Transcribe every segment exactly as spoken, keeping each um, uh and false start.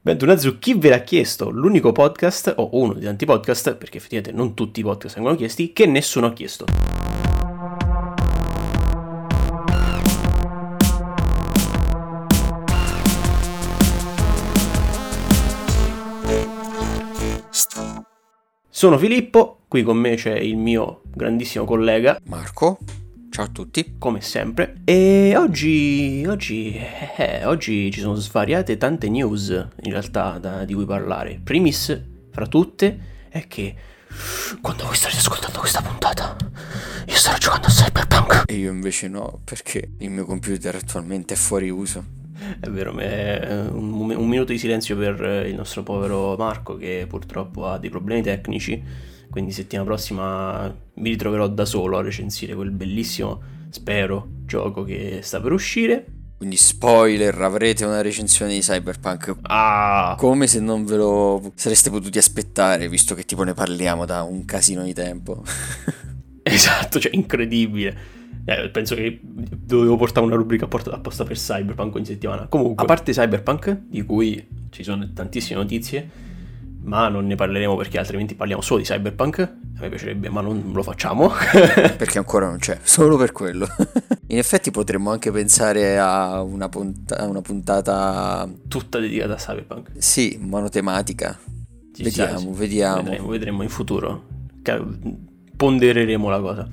Bentornati su Chi ve l'ha chiesto, l'unico podcast, o uno dei tanti podcast, perché effettivamente non tutti i podcast vengono chiesti, che nessuno ha chiesto. Sono Filippo, qui con me c'è il mio grandissimo collega Marco. Ciao a tutti. Come sempre. E oggi, oggi, eh, oggi ci sono svariate tante news in realtà da, di cui parlare. Primis, fra tutte, è che quando voi state ascoltando questa puntata, io starò giocando a Cyberpunk. E io invece no, perché il mio computer attualmente è fuori uso. È vero, è un, un minuto di silenzio per il nostro povero Marco, che purtroppo ha dei problemi tecnici. Quindi settimana prossima mi ritroverò da solo a recensire quel bellissimo, spero, gioco che sta per uscire. Quindi spoiler, avrete una recensione di Cyberpunk. Ah! Come se non ve lo sareste potuti aspettare, visto che tipo ne parliamo da un casino di tempo. Esatto, cioè incredibile. Eh, penso che dovevo portare una rubrica apposta per Cyberpunk in settimana. Comunque, a parte Cyberpunk, di cui ci sono tantissime notizie, ma non ne parleremo perché altrimenti parliamo solo di Cyberpunk. A me piacerebbe, ma non lo facciamo. Perché ancora non c'è, solo per quello. In effetti potremmo anche pensare a una, punta- a una puntata tutta dedicata a Cyberpunk. Sì, monotematica. Ci vediamo, sta, sì. vediamo. Vedremo, vedremo in futuro. Pondereremo la cosa.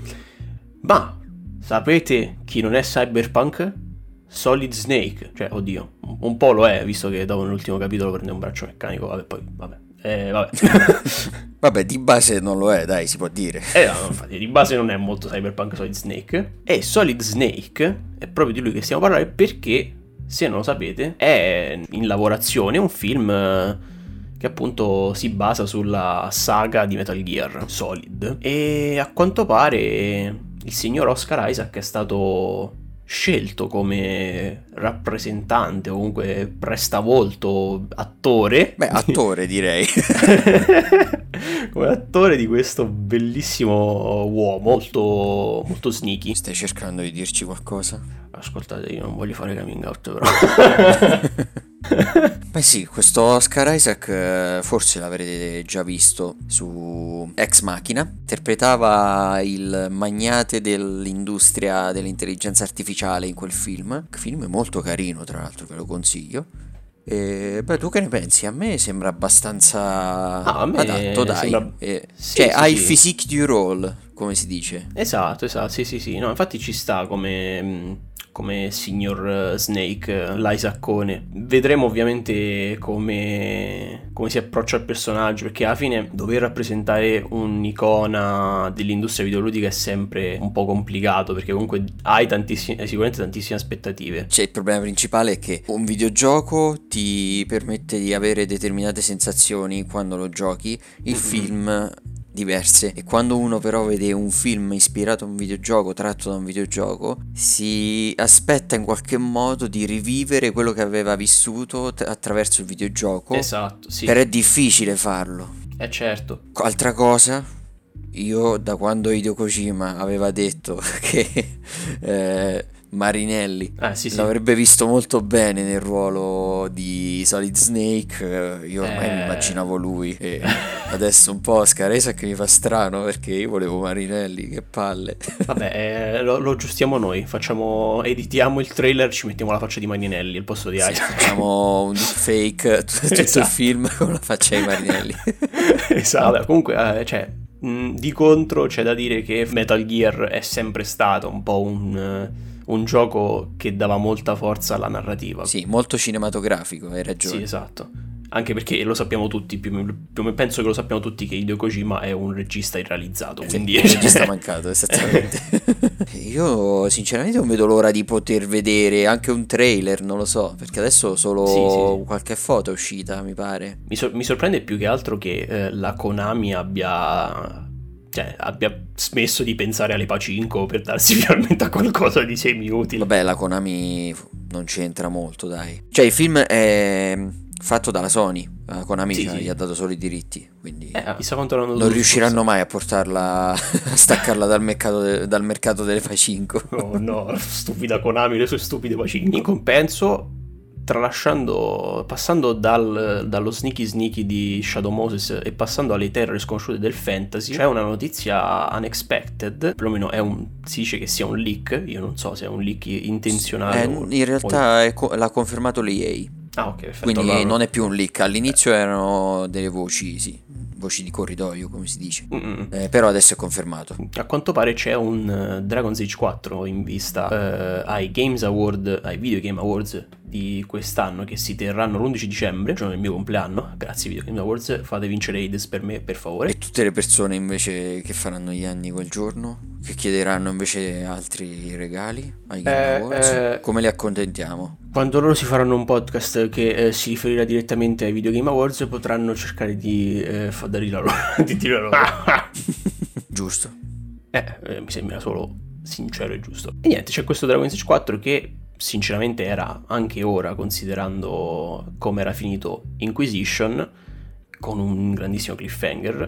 Ma sapete chi non è Cyberpunk? Solid Snake. Cioè, oddio, un po' lo è, visto che dopo nell'ultimo capitolo prende un braccio meccanico. Vabbè, poi, vabbè. Eh, vabbè. Vabbè, di base non lo è, dai, si può dire. Eh no, infatti, di base non è molto Cyberpunk Solid Snake. E Solid Snake è proprio di lui che stiamo a parlare perché, se non lo sapete, è in lavorazione un film che appunto si basa sulla saga di Metal Gear Solid. E a quanto pare il signor Oscar Isaac è stato scelto come rappresentante o comunque prestavolto attore. Beh, attore direi. Come attore di questo bellissimo uomo molto, molto sneaky. Stai cercando di dirci qualcosa? Ascoltate, io non voglio fare coming out però. Beh sì, questo Oscar Isaac forse l'avrete già visto su Ex Machina. Interpretava il magnate dell'industria dell'intelligenza artificiale in quel film. Il film è molto carino, tra l'altro, ve lo consiglio. E, beh, tu che ne pensi? A me sembra abbastanza ah, a me adatto, dai. Sembra... E, sì, cioè, sì, ha sì. il physique du role, come si dice. Esatto, esatto, sì, sì, sì. No, infatti ci sta come... come signor Snake, l'Isaccone. Vedremo ovviamente come, come si approccia al personaggio, perché alla fine dover rappresentare un'icona dell'industria videoludica è sempre un po' complicato, perché comunque hai tantissime, sicuramente tantissime aspettative. Cioè, il problema principale è che un videogioco ti permette di avere determinate sensazioni quando lo giochi, il mm-hmm. film diverse, e quando uno però vede un film ispirato a un videogioco, tratto da un videogioco, si aspetta in qualche modo di rivivere quello che aveva vissuto t- attraverso il videogioco. Esatto, sì. Però è difficile farlo. Eh certo. Altra cosa, io da quando Hideo Kojima aveva detto che eh, Marinelli eh, sì, sì. l'avrebbe visto molto bene nel ruolo di Solid Snake, io ormai eh... mi immaginavo lui, e adesso un po' Oscar Isaac mi fa strano perché io volevo Marinelli, che palle. Vabbè, eh, lo, lo aggiustiamo noi, facciamo, editiamo il trailer, ci mettiamo la faccia di Marinelli al posto di Isaac. Sì, facciamo un deepfake, tutto, tutto esatto. Il film con la faccia di Marinelli. Esatto. Vabbè, comunque, eh, cioè, mh, di contro c'è da dire che Metal Gear è sempre stato un po' un... Uh, un gioco che dava molta forza alla narrativa. Sì, molto cinematografico, hai ragione. Sì, esatto. Anche perché lo sappiamo tutti, più o meno penso che lo sappiamo tutti che Hideo Kojima è un regista irrealizzato. Quindi sì, un regista mancato, esattamente. Io sinceramente non vedo l'ora di poter vedere anche un trailer, non lo so, perché adesso solo sì, sì. qualche foto è uscita, mi pare. Mi, sor- mi sorprende più che altro che eh, la Konami abbia... cioè abbia smesso di pensare alle Pachinko per darsi finalmente a qualcosa di semi-utile. Vabbè, la Konami non c'entra molto, dai. Cioè il film è fatto dalla Sony, la Konami sì, sì. gli ha dato solo i diritti, quindi eh, chissà quanto l'hanno non riusciranno forse. mai a portarla, a staccarla dal mercato, de, dal mercato delle Pachinko. Oh no, stupida Konami, le sue stupide Pachinko. In compenso tralasciando, passando dal, dallo sneaky sneaky di Shadow Moses e passando alle terre sconosciute del fantasy, c'è una notizia unexpected, perlomeno è un, si dice che sia un leak, io non so se è un leak intenzionale. Eh, o, in realtà o... è co- l'ha confermato l'E A. Ah, ok, perfetto. Quindi allora... non è più un leak, all'inizio erano delle voci, sì, voci di corridoio, come si dice. Eh, però adesso è confermato. A quanto pare c'è un uh, Dragon's Age quattro in vista uh, ai Games Award, ai Video Game Awards di quest'anno, che si terranno l'undici dicembre, giorno del mio compleanno. Grazie Video Game Awards, fate vincere Hades per me, per favore. E tutte le persone invece che faranno gli anni quel giorno, che chiederanno invece altri regali ai Game Eh, Awards, eh, come li accontentiamo? Quando loro si faranno un podcast che eh, si riferirà direttamente ai Video Game Awards, potranno cercare di eh, far dare la loro, di dire la loro. Giusto. Eh, eh, mi sembra solo sincero e giusto. E niente, c'è questo Dragon's Age quattro che sinceramente era anche ora, considerando come era finito Inquisition, con un grandissimo cliffhanger,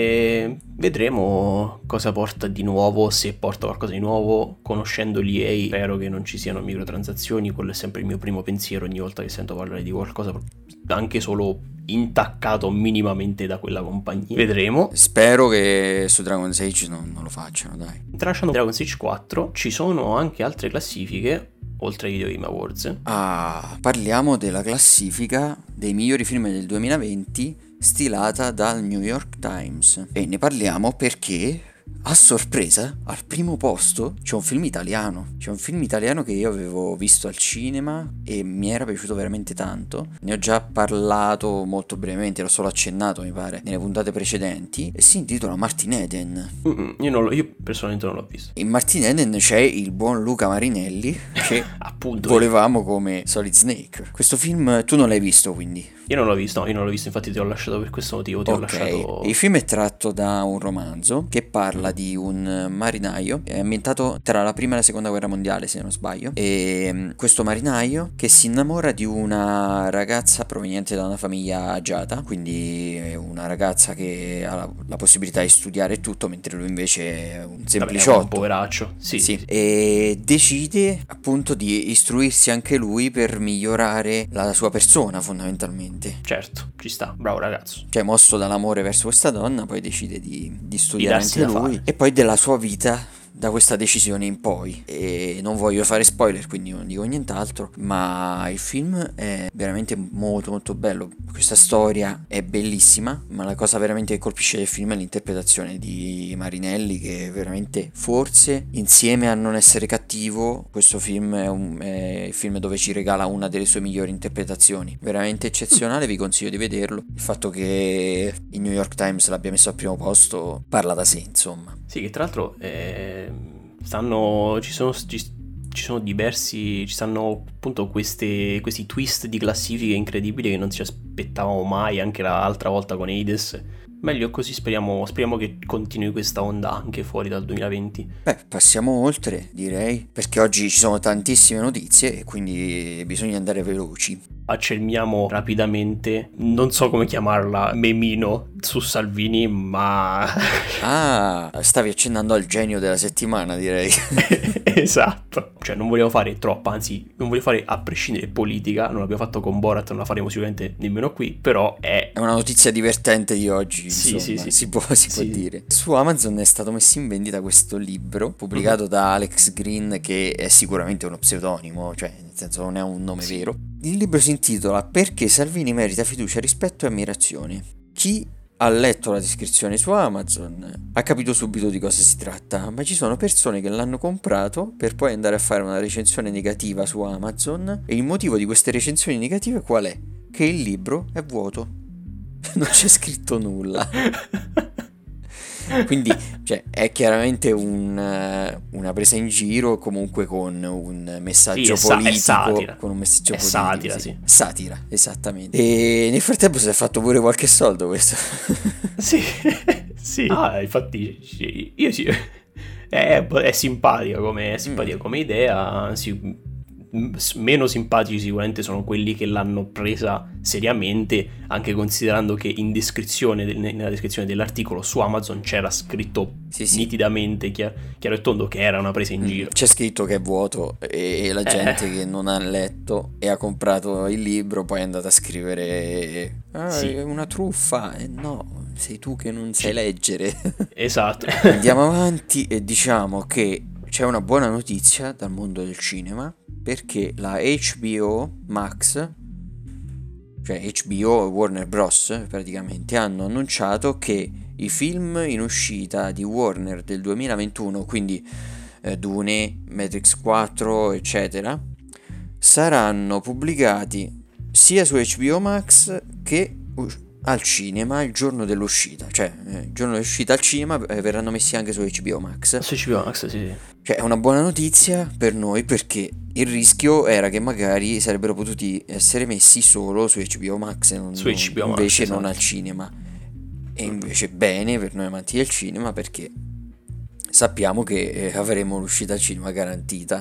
e vedremo cosa porta di nuovo, se porta qualcosa di nuovo. Conoscendo l'E A spero che non ci siano microtransazioni, quello è sempre il mio primo pensiero ogni volta che sento parlare di qualcosa anche solo intaccato minimamente da quella compagnia. Vedremo. Spero che su Dragon's Age non, non lo facciano, dai. Tralasciando Dragon's Age quattro, ci sono anche altre classifiche oltre ai Video Game Awards. Ah, parliamo della classifica dei migliori film del duemilaventi stilata dal New York Times, e ne parliamo perché a sorpresa al primo posto c'è un film italiano. C'è un film italiano che io avevo visto al cinema e mi era piaciuto veramente tanto. Ne ho già parlato molto brevemente, l'ho solo accennato mi pare nelle puntate precedenti, e si intitola Martin Eden. Mm-mm, io, non lo, io personalmente non l'ho visto. In Martin Eden c'è il buon Luca Marinelli che appunto volevamo come Solid Snake. Questo film tu non l'hai visto, quindi? Io non l'ho visto, no, io non l'ho visto, infatti ti ho lasciato per questo motivo, ti Ok, ho lasciato... il film è tratto da un romanzo che parla di un marinaio, è ambientato tra la prima e la seconda guerra mondiale se non sbaglio, e mm, questo marinaio che si innamora di una ragazza proveniente da una famiglia agiata, quindi è una ragazza che ha la, la possibilità di studiare tutto, mentre lui invece è un sempliciotto. Vabbè, è un poveraccio, sì, Sì, sì. e decide appunto di istruirsi anche lui per migliorare la sua persona fondamentalmente. Certo, ci sta, bravo ragazzo. Cioè, mosso dall'amore verso questa donna, poi decide di, di studiare darsi anche da lui. fare. E poi della sua vita da questa decisione in poi. E non voglio fare spoiler, quindi non dico nient'altro, ma il film è veramente molto molto bello. Questa storia è bellissima, ma la cosa veramente che colpisce del film è l'interpretazione di Marinelli, che veramente, forse insieme a Non essere cattivo, questo film è, un, è il film dove ci regala una delle sue migliori interpretazioni. Veramente eccezionale, vi consiglio di vederlo. Il fatto che il New York Times l'abbia messo al primo posto parla da sé, insomma. Sì, che tra l'altro eh, stanno, ci sono, ci, ci sono diversi, ci stanno appunto queste, questi twist di classifiche incredibili che non ci aspettavamo mai, anche l'altra volta con Hades. Meglio così, speriamo, speriamo che continui questa onda anche fuori dal duemilaventi. Beh, passiamo oltre, direi, perché oggi ci sono tantissime notizie e quindi bisogna andare veloci. Accenniamo rapidamente, non so come chiamarla, memino su Salvini, ma... Ah, stavi accennando al genio della settimana, direi. Esatto. Cioè, non vogliamo fare troppa, anzi, non voglio fare a prescindere politica, non l'abbiamo fatto con Borat, non la faremo sicuramente nemmeno qui, però è... È una notizia divertente di oggi, Sì, insomma, sì, sì. si può, si può Sì. dire. Su Amazon è stato messo in vendita questo libro, pubblicato Mhm. da Alex Green, che è sicuramente uno pseudonimo, cioè nel senso non è un nome Sì. vero. Il libro si intitola Perché Salvini merita fiducia, rispetto e ammirazione. Chi ha letto la descrizione su Amazon ha capito subito di cosa si tratta, ma ci sono persone che l'hanno comprato per poi andare a fare una recensione negativa su Amazon, e il motivo di queste recensioni negative qual è? Che il libro è vuoto, non c'è scritto nulla. Quindi, cioè, è chiaramente un, eh, una presa in giro, comunque con un messaggio Sì, è sa- è politico. satira. Con un messaggio È politico, satira, sì. Satira, esattamente. E nel frattempo si è fatto pure qualche soldo questo. Sì, sì. Ah, infatti, sì, io sì. È, è simpatica come, è simpatica come idea, anzi, m- meno simpatici sicuramente sono quelli che l'hanno presa seriamente, anche considerando che in descrizione del- nella descrizione dell'articolo su Amazon c'era scritto Sì, sì. nitidamente chiaro, chiaro e tondo che era una presa in Mm, giro. C'è scritto che è vuoto e la gente Eh, che non ha letto e ha comprato il libro poi è andata a scrivere ah, sì, è una truffa. E no, sei tu che non sai ci- leggere. esatto. Andiamo avanti e diciamo che c'è una buona notizia dal mondo del cinema perché la H B O Max, cioè H B O e Warner Bros. Praticamente hanno annunciato che i film in uscita di Warner del duemilaventuno, quindi eh, Dune, Matrix quattro, eccetera, saranno pubblicati sia su H B O Max che us- al cinema il giorno dell'uscita, cioè eh, il giorno dell'uscita al cinema eh, verranno messi anche su H B O Max. Su C B O Max, sì, sì. Cioè è una buona notizia per noi perché il rischio era che magari sarebbero potuti essere messi solo su H B O Max e non- Su non- H B O Max, invece non al esatto. cinema. E invece bene per noi amanti del cinema perché sappiamo che eh, avremo l'uscita al cinema garantita.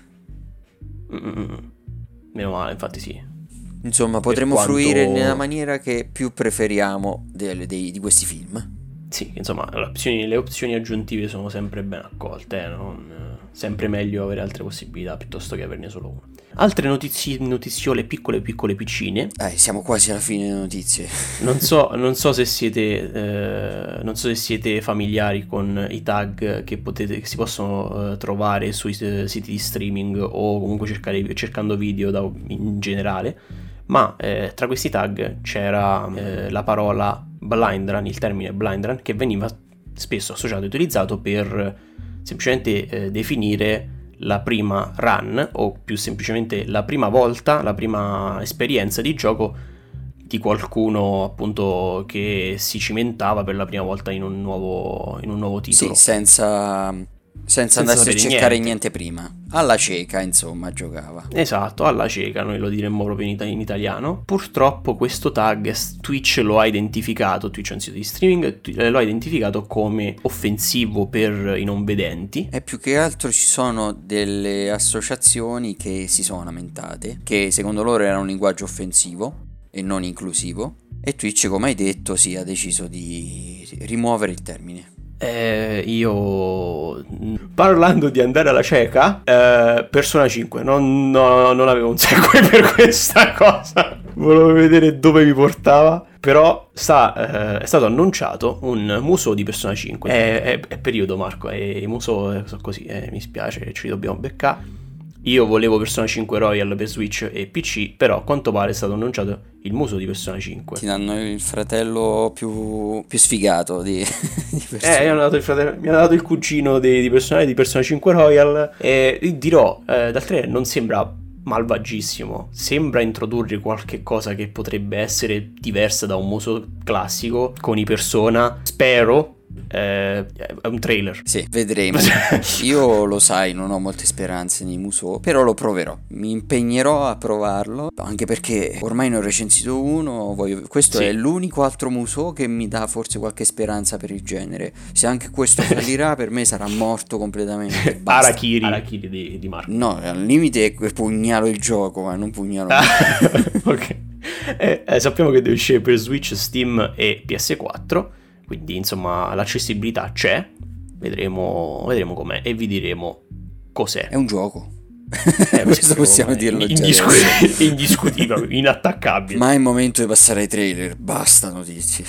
Mm, mm, mm. Meno male, infatti sì. Insomma, Per potremo fruire nella quanto... maniera che più preferiamo del- dei- di questi film. Sì, insomma, le opzioni, le opzioni aggiuntive sono sempre ben accolte, eh, non- eh, sempre meglio avere altre possibilità piuttosto che averne solo una. Altre notizie, notiziole piccole piccole piccine. Eh, siamo quasi alla fine delle notizie. Non so, non so se siete, eh, non so se siete familiari con i tag che, potete, che si possono eh, trovare sui eh, siti di streaming o comunque cercare, cercando video da- in generale, ma eh, tra questi tag c'era eh, la parola blind run, il termine blind run, che veniva spesso associato e utilizzato per semplicemente eh, definire la prima run o più semplicemente la prima volta, la prima esperienza di gioco di qualcuno appunto che si cimentava per la prima volta in un nuovo, in un nuovo Sì, titolo. senza, senza Senza andarsi a sapere cercare niente. niente. prima. Alla cieca, insomma, giocava. Esatto, alla cieca, noi lo diremmo proprio in, ita- in italiano. Purtroppo questo tag Twitch lo ha identificato, Twitch è un sito di streaming, t- lo ha identificato come offensivo per i non vedenti. E più che altro ci sono delle associazioni che si sono lamentate, che secondo loro era un linguaggio offensivo e non inclusivo. E Twitch, come hai detto, sì, ha deciso di rimuovere il termine. Eh, io parlando di andare alla cieca, eh, Persona cinque, non, no, non avevo un segue per questa cosa, volevo vedere dove mi portava, però sta, eh, è stato annunciato un museo di Persona cinque, è, è- è periodo Marco, e i musei sono così, eh, mi spiace, ci dobbiamo beccare. Io volevo Persona cinque Royal per Switch e P C, però a quanto pare è stato annunciato il museo di Persona cinque. Ti danno il fratello più, più sfigato di, di Eh, persone. mi hanno dato il, fratello, mi hanno dato il cugino di, di personale di Persona cinque Royal e dirò, eh, dal trailer non sembra malvagissimo, sembra introdurre qualche cosa che potrebbe essere diversa da un muso classico con i Persona, spero, eh, è un trailer. Sì, vedremo. Io lo sai, non ho molte speranze nei Musou, però lo proverò. Mi impegnerò a provarlo, anche perché ormai ne ho recensito uno. Voglio... Questo Sì. è l'unico altro Musou che mi dà forse qualche speranza per il genere. Se anche questo fallirà, per me sarà morto completamente. Basta. Arachiri, Arachiri di, di Marco. No, al limite pugnalo il gioco, ma non pugnalo me. Ok. Eh, eh, sappiamo che deve uscire per Switch, Steam e P S quattro, quindi insomma l'accessibilità c'è, vedremo, vedremo com'è e vi diremo cos'è. È un gioco. Eh, Questo possiamo dirlo già indiscu- adesso. indiscutibile, inattaccabile. Ma è il momento di passare ai trailer. Basta notizie.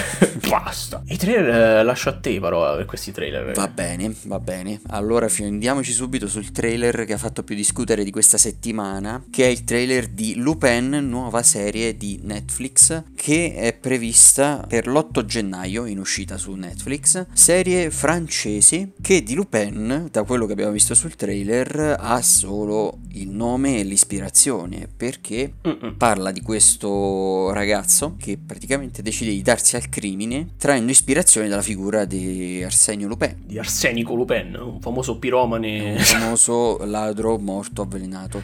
Basta. I trailer, eh, lascio a te parola per questi trailer. Va bene, va bene. Allora andiamoci subito sul trailer che ha fatto più discutere di questa settimana, che è il trailer di Lupin, nuova serie di Netflix, che è prevista per l'otto gennaio in uscita su Netflix. Serie francese che di Lupin, da quello che abbiamo visto sul trailer, ha solo il nome e l'ispirazione, perché Mm-mm. parla di questo ragazzo che praticamente decide di darsi al crimine traendo ispirazione dalla figura di Arsenio Lupin, Di Arsenico Lupin, un famoso piromane. un famoso ladro morto avvelenato.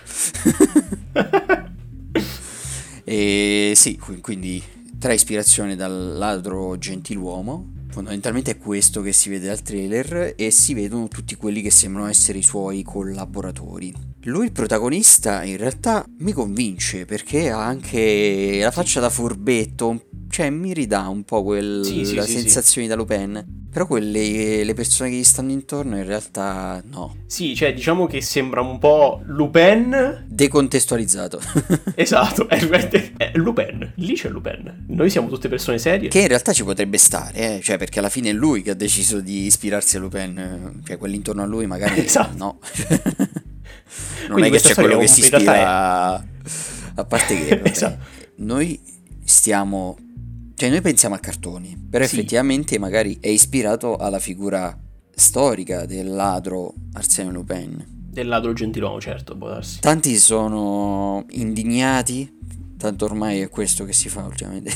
E sì, qui- quindi trae ispirazione dal ladro gentiluomo Fondamentalmente è questo che si vede dal trailer e si vedono tutti quelli che sembrano essere i suoi collaboratori. Lui, il protagonista, in realtà mi convince perché ha anche la faccia da furbetto, cioè mi ridà un po' quella Sì, sì, sì, sensazione da Lupin. Però quelle, le persone che gli stanno intorno in realtà no. Sì, cioè diciamo che sembra un po' Lupin Decontestualizzato. Esatto, è, è, è Lupin, lì c'è Lupin. Noi siamo tutte persone serie. Che in realtà ci potrebbe stare, eh? Cioè perché alla fine è lui che ha deciso di ispirarsi a Lupin, cioè quelli intorno a lui magari Esatto. no. Non Quindi è che c'è quello che si in realtà ispira, a parte che vabbè, Esatto. noi stiamo, cioè noi pensiamo a cartoni, però Sì. effettivamente magari è ispirato alla figura storica del ladro Arsène Lupin. Del ladro gentiluomo, certo, può darsi. Tanti sono indignati, tanto ormai è questo che si fa ultimamente.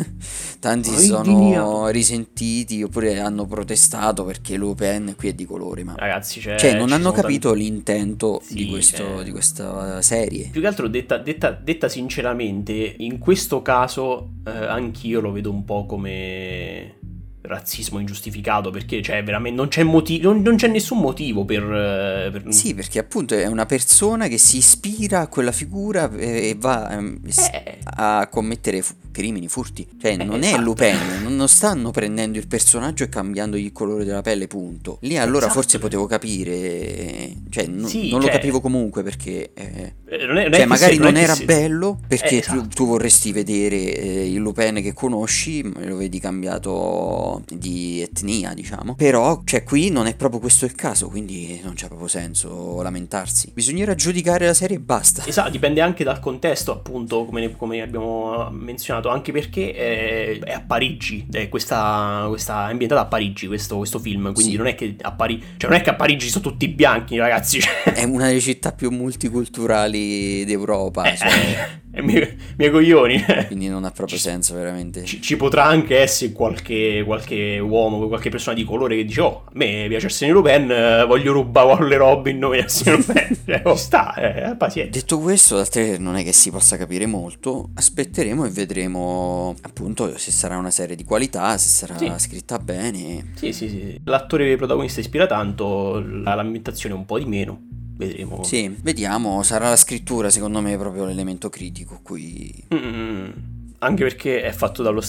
Tanti Sono sono indignato. risentiti oppure hanno protestato perché Lupin qui è di colore, ma Ragazzi, cioè, cioè non ci hanno sono capito tanti- l'intento Sì, di, questo, eh. di questa serie. Più che altro detta, detta, detta sinceramente, in questo caso eh, anch'io lo vedo un po' come razzismo ingiustificato, perché cioè veramente non c'è motivo, non, non c'è nessun motivo per, eh, per- Sì, perché appunto è una persona che si ispira a quella figura e va ehm, s- Eh. a commettere fu- crimini, furti. Cioè Eh, non è esatto. Lupin, non, non stanno prendendo il personaggio e cambiandogli il colore della pelle, punto. Lì allora Esatto. forse potevo capire, cioè n- Sì, non lo cioè- capivo comunque perché... eh, Eh, non è- non è Cioè che magari se- non è che era se- bello perché Eh, tu, esatto. tu vorresti vedere eh, il Lupin che conosci, ma lo vedi cambiato di etnia, diciamo. Però, cioè qui non è proprio questo il caso, quindi non c'è proprio senso lamentarsi. Bisognerà giudicare la serie e basta. Esatto, dipende anche dal contesto, appunto, come, come abbiamo menzionato, anche perché è, è a Parigi, è questa, questa è ambientata a Parigi questo, questo film, quindi Sì. non è che a Parigi, cioè non è che a Parigi sono tutti bianchi, ragazzi, cioè, È una delle città più multiculturali d'Europa, eh, cioè, eh, miei, miei coglioni, eh. quindi non ha proprio senso veramente. Ci, ci potrà anche essere qualche, qualche uomo, qualche persona di colore che dice: oh, a me piace Arsène Lupin, eh, voglio rubare le robe in nome di Arsène Lupin. Cioè, oh, sta, eh, pazienza. Detto questo, dal trailer non è che si possa capire molto, aspetteremo e vedremo appunto se sarà una serie di qualità, se sarà Sì. scritta bene. Sì, sì, sì. L'attore protagonista ispira tanto, la- l'ambientazione un po' di meno. Vedremo. Sì, vediamo, sarà la scrittura secondo me proprio l'elemento critico qui. Mm, anche perché è fatto dallo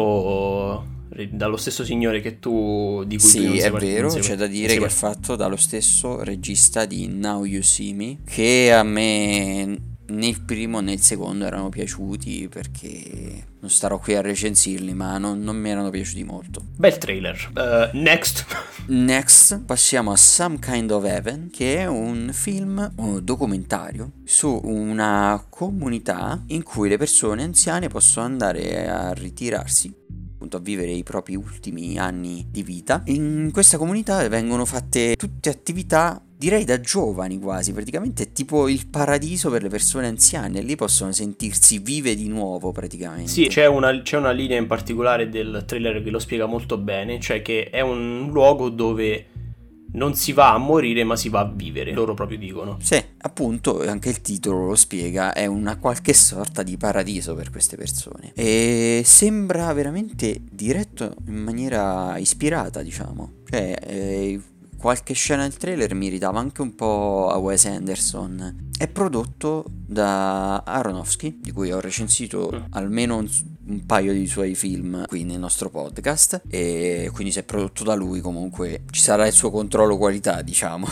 stesso dallo stesso signore che tu di cui tu non Sì, sei è par- vero, non sei- c'è da non dire sei che è par- fatto dallo stesso regista di Now You See Me, che a me né il primo né il secondo erano piaciuti perché non starò qui a recensirli, ma non, non mi erano piaciuti molto. Bel trailer. Uh, next. Next passiamo a Some Kind of Heaven, che è un film, un documentario su una comunità in cui le persone anziane possono andare a ritirarsi, appunto a vivere i propri ultimi anni di vita. In questa comunità vengono fatte tutte attività, direi da giovani quasi, praticamente è tipo il paradiso per le persone anziane, lì possono sentirsi vive di nuovo praticamente. Sì, c'è una, c'è una linea in particolare del trailer che lo spiega molto bene, cioè che è un luogo dove non si va a morire ma si va a vivere, loro proprio dicono. Sì, appunto, anche il titolo lo spiega, è una qualche sorta di paradiso per queste persone. E sembra veramente diretto in maniera ispirata, diciamo. Cioè, eh, qualche scena del trailer mi ridava anche un po' a Wes Anderson. È prodotto da Aronofsky, di cui ho recensito Mm. almeno un, un paio di suoi film qui nel nostro podcast, e quindi se è prodotto da lui comunque ci sarà il suo controllo qualità, diciamo,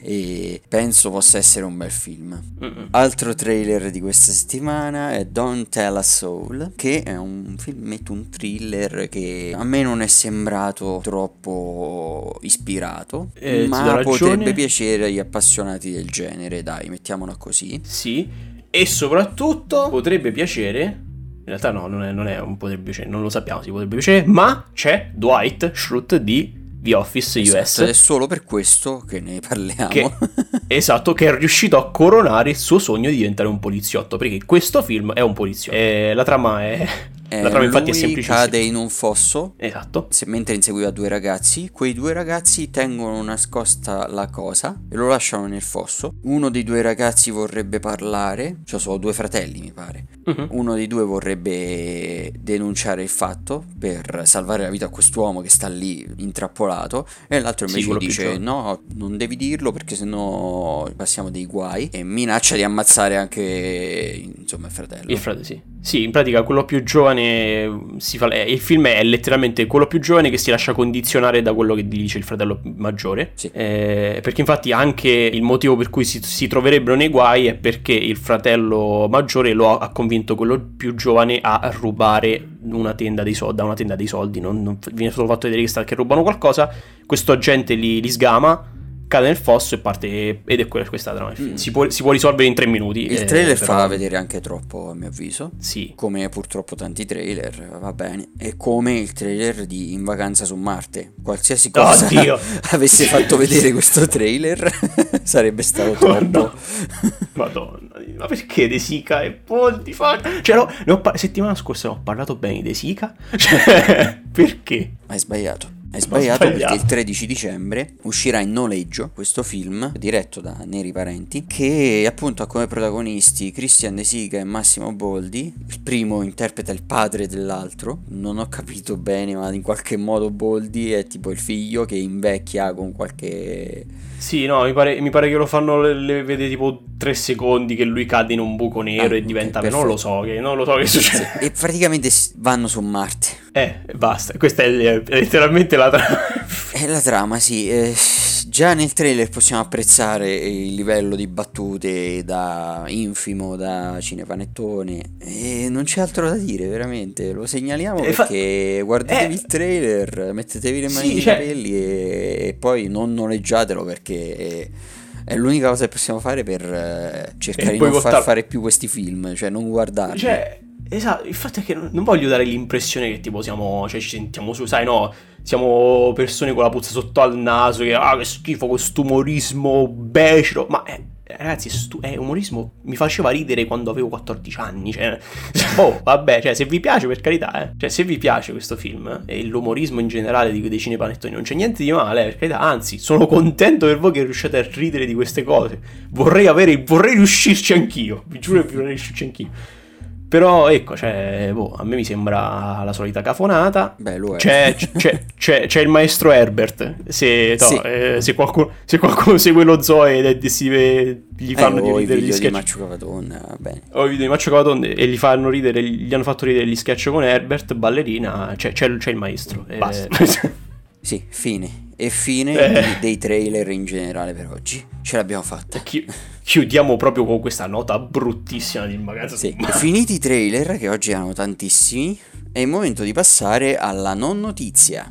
e penso possa essere un bel film. Mm-mm. Altro trailer di questa settimana è Don't Tell a Soul, che è un filmetto, un thriller che a me non è sembrato troppo ispirato, Eh, ti do ma ragione. potrebbe piacere agli appassionati del genere, dai, mettiamola così. Sì, e soprattutto potrebbe piacere. In realtà no, non è, non è un potrebbe piacere, non lo sappiamo, si potrebbe piacere, ma c'è Dwight Schrute di The Office U S. Esatto, ed è solo per questo che ne parliamo. Che, esatto, che è riuscito a coronare il suo sogno di diventare un poliziotto, perché questo film è un poliziotto. E la trama è Eh, La trama infatti è lui semplicissima. cade in un fosso, Esatto. se mentre inseguiva due ragazzi. Quei due ragazzi tengono nascosta la cosa e lo lasciano nel fosso. Uno dei due ragazzi vorrebbe parlare, cioè sono due fratelli mi pare. Mhm. Uno dei due vorrebbe denunciare il fatto per salvare la vita a quest'uomo che sta lì intrappolato, e l'altro Sì, invece quello più dice giovane. no, non devi dirlo perché sennò passiamo dei guai, e minaccia di ammazzare anche insomma il fratello. Il frate, sì. Sì, in pratica quello più giovane si fa. eh, Il film è letteralmente quello più giovane che si lascia condizionare da quello che dice il fratello maggiore. Sì. Eh, perché infatti anche il motivo per cui si, si troverebbero nei guai è perché il fratello maggiore lo ha, ha convinto quello più giovane a rubare una tenda dei soldi, da una tenda dei soldi. Non, non viene solo fatto vedere che, sta, che rubano qualcosa. Questo agente li, li sgama, cade nel fosso e parte, ed è quella, questa la trama del film. Mm. Si può, si può risolvere in tre minuti. Il eh, trailer però- fa vedere anche troppo, a mio avviso, Sì. come purtroppo tanti trailer, va bene. È come il trailer di In vacanza su Marte. Qualsiasi cosa Oddio. avesse fatto vedere questo trailer sarebbe stato troppo. No. Madonna, ma perché De Sica e Boldi? Fa... Cioè, no, ne ho par- settimana scorsa ho parlato bene di De Sica. Cioè, perché? Hai sbagliato. Hai sbagliato sbagliato. perché il tredici dicembre uscirà in noleggio questo film diretto da Neri Parenti, che appunto ha come protagonisti Christian De Sica e Massimo Boldi. Il primo interpreta il padre dell'altro, non ho capito bene, ma in qualche modo Boldi è tipo il figlio che invecchia con qualche... Sì, no, mi pare, mi pare che lo fanno, le, le vede tipo tre secondi che lui cade in un buco nero Ah, e diventa... ok, non lo perfetto. so, che, non lo so che succede. E praticamente s- vanno su Marte. Eh, basta, questa è, è letteralmente la trama. E la trama, sì, eh, già nel trailer possiamo apprezzare il livello di battute da infimo, da cinepanettone, e non c'è altro da dire, veramente, lo segnaliamo E fa- perché guardatevi eh. il trailer, mettetevi le mani Sì, nei cioè- capelli e, e poi non noleggiatelo perché è, è l'unica cosa che possiamo fare per eh, cercare E di poi non far portar- fare più questi film, cioè non guardarli. Cioè, esatto, il fatto è che non non voglio dare l'impressione che tipo siamo, cioè ci sentiamo su, sai, no, siamo persone con la puzza sotto al naso, che ah che schifo questo umorismo becero, ma eh, ragazzi, è, stu- è umorismo, mi faceva ridere quando avevo quattordici anni, cioè, oh, vabbè, cioè se vi piace per carità, eh, cioè se vi piace questo film e l'umorismo in generale di, dei cinepanettoni non c'è niente di male, eh, per carità, anzi, sono contento per voi che riusciate a ridere di queste cose, vorrei avere, vorrei riuscirci anch'io, vi giuro che vorrei riuscirci anch'io. Però ecco, cioè, boh, a me mi sembra la solita cafonata. Beh, lo è. C'è, c'è, c'è, c'è il maestro Herbert. Se, no, Sì. eh, se, qualcuno, se qualcuno segue lo zoo e si ve- gli fanno eh, di o i ridere gli video di sketch. Maccio Cavaton, va bene. O i video di Maccio Cavatonde e gli fanno ridere, gli hanno fatto ridere gli sketch con Herbert, ballerina. C'è, c'è, c'è il maestro. Eh, Basta. Sì, fine. E fine Eh. di- dei trailer in generale per oggi. Ce l'abbiamo fatta. Chi- chiudiamo proprio con questa nota bruttissima di magazine. Sì. Finiti i trailer, che oggi erano tantissimi, è il momento di passare alla non notizia.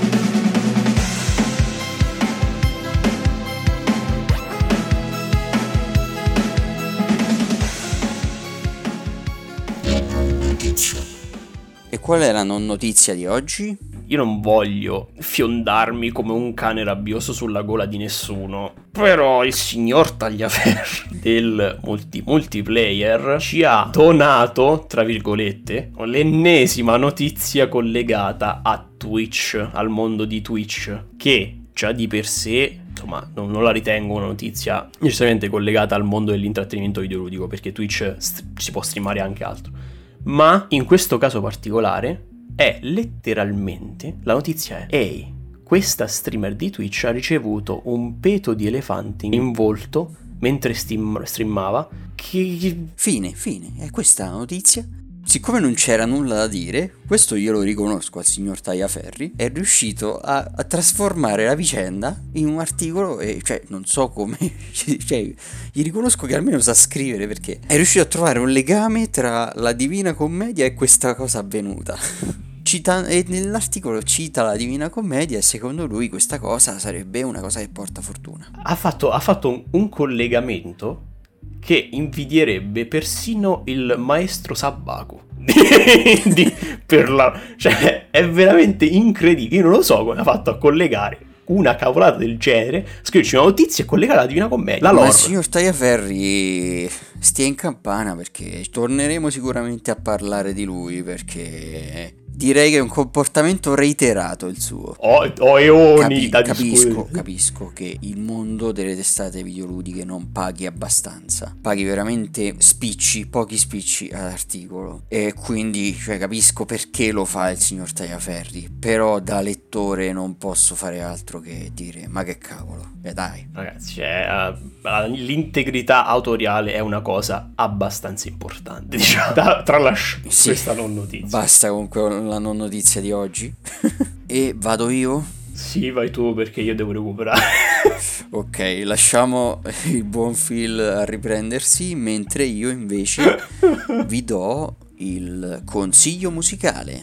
E qual è la non notizia di oggi? Io non voglio fiondarmi come un cane rabbioso sulla gola di nessuno, però il signor Tagliaferri del multi- multiplayer ci ha donato, tra virgolette, l'ennesima notizia collegata a Twitch, al mondo di Twitch, che già di per sé, insomma, non, non la ritengo una notizia necessariamente collegata al mondo dell'intrattenimento videoludico, perché Twitch st- si può streamare anche altro. Ma in questo caso particolare è letteralmente, la notizia è: ehi, questa streamer di Twitch ha ricevuto un peto di elefante in volto mentre steam- streamava. Che Fine, fine. È questa la notizia. Siccome non c'era nulla da dire, questo io lo riconosco al signor Tagliaferri, è riuscito a, a trasformare la vicenda in un articolo e, cioè, non so come, cioè, gli riconosco che almeno sa scrivere, perché è riuscito a trovare un legame tra la Divina Commedia e questa cosa avvenuta. Cita- e nell'articolo cita la Divina Commedia e secondo lui questa cosa sarebbe una cosa che porta fortuna. ha fatto, ha fatto un, un collegamento che invidierebbe persino il maestro Sabaku. Di- per la, cioè, è veramente incredibile. Io non lo so come ha fatto a collegare una cavolata del genere, scriverci una notizia e collegare alla Divina Commedia. La Ma lore. il signor Tagliaferri stia in campana, perché torneremo sicuramente a parlare di lui, perché direi che è un comportamento reiterato il suo. Ho, ho eoni Capi- da capisco, discutere. capisco che il mondo delle testate videoludiche non paghi abbastanza, paghi veramente spicci, pochi spicci all'articolo, e quindi cioè, capisco perché lo fa il signor Tagliaferri, però da lettore non posso fare altro che dire ma che cavolo, eh dai. Ragazzi, cioè, uh, l'integrità autoriale è una cosa abbastanza importante, diciamo, da tralasciare Sì, questa non notizia. Basta comunque la non notizia di oggi. E vado io? Sì, vai tu perché io devo recuperare. Ok, lasciamo il buon Phil a riprendersi, mentre io invece vi do il consiglio musicale.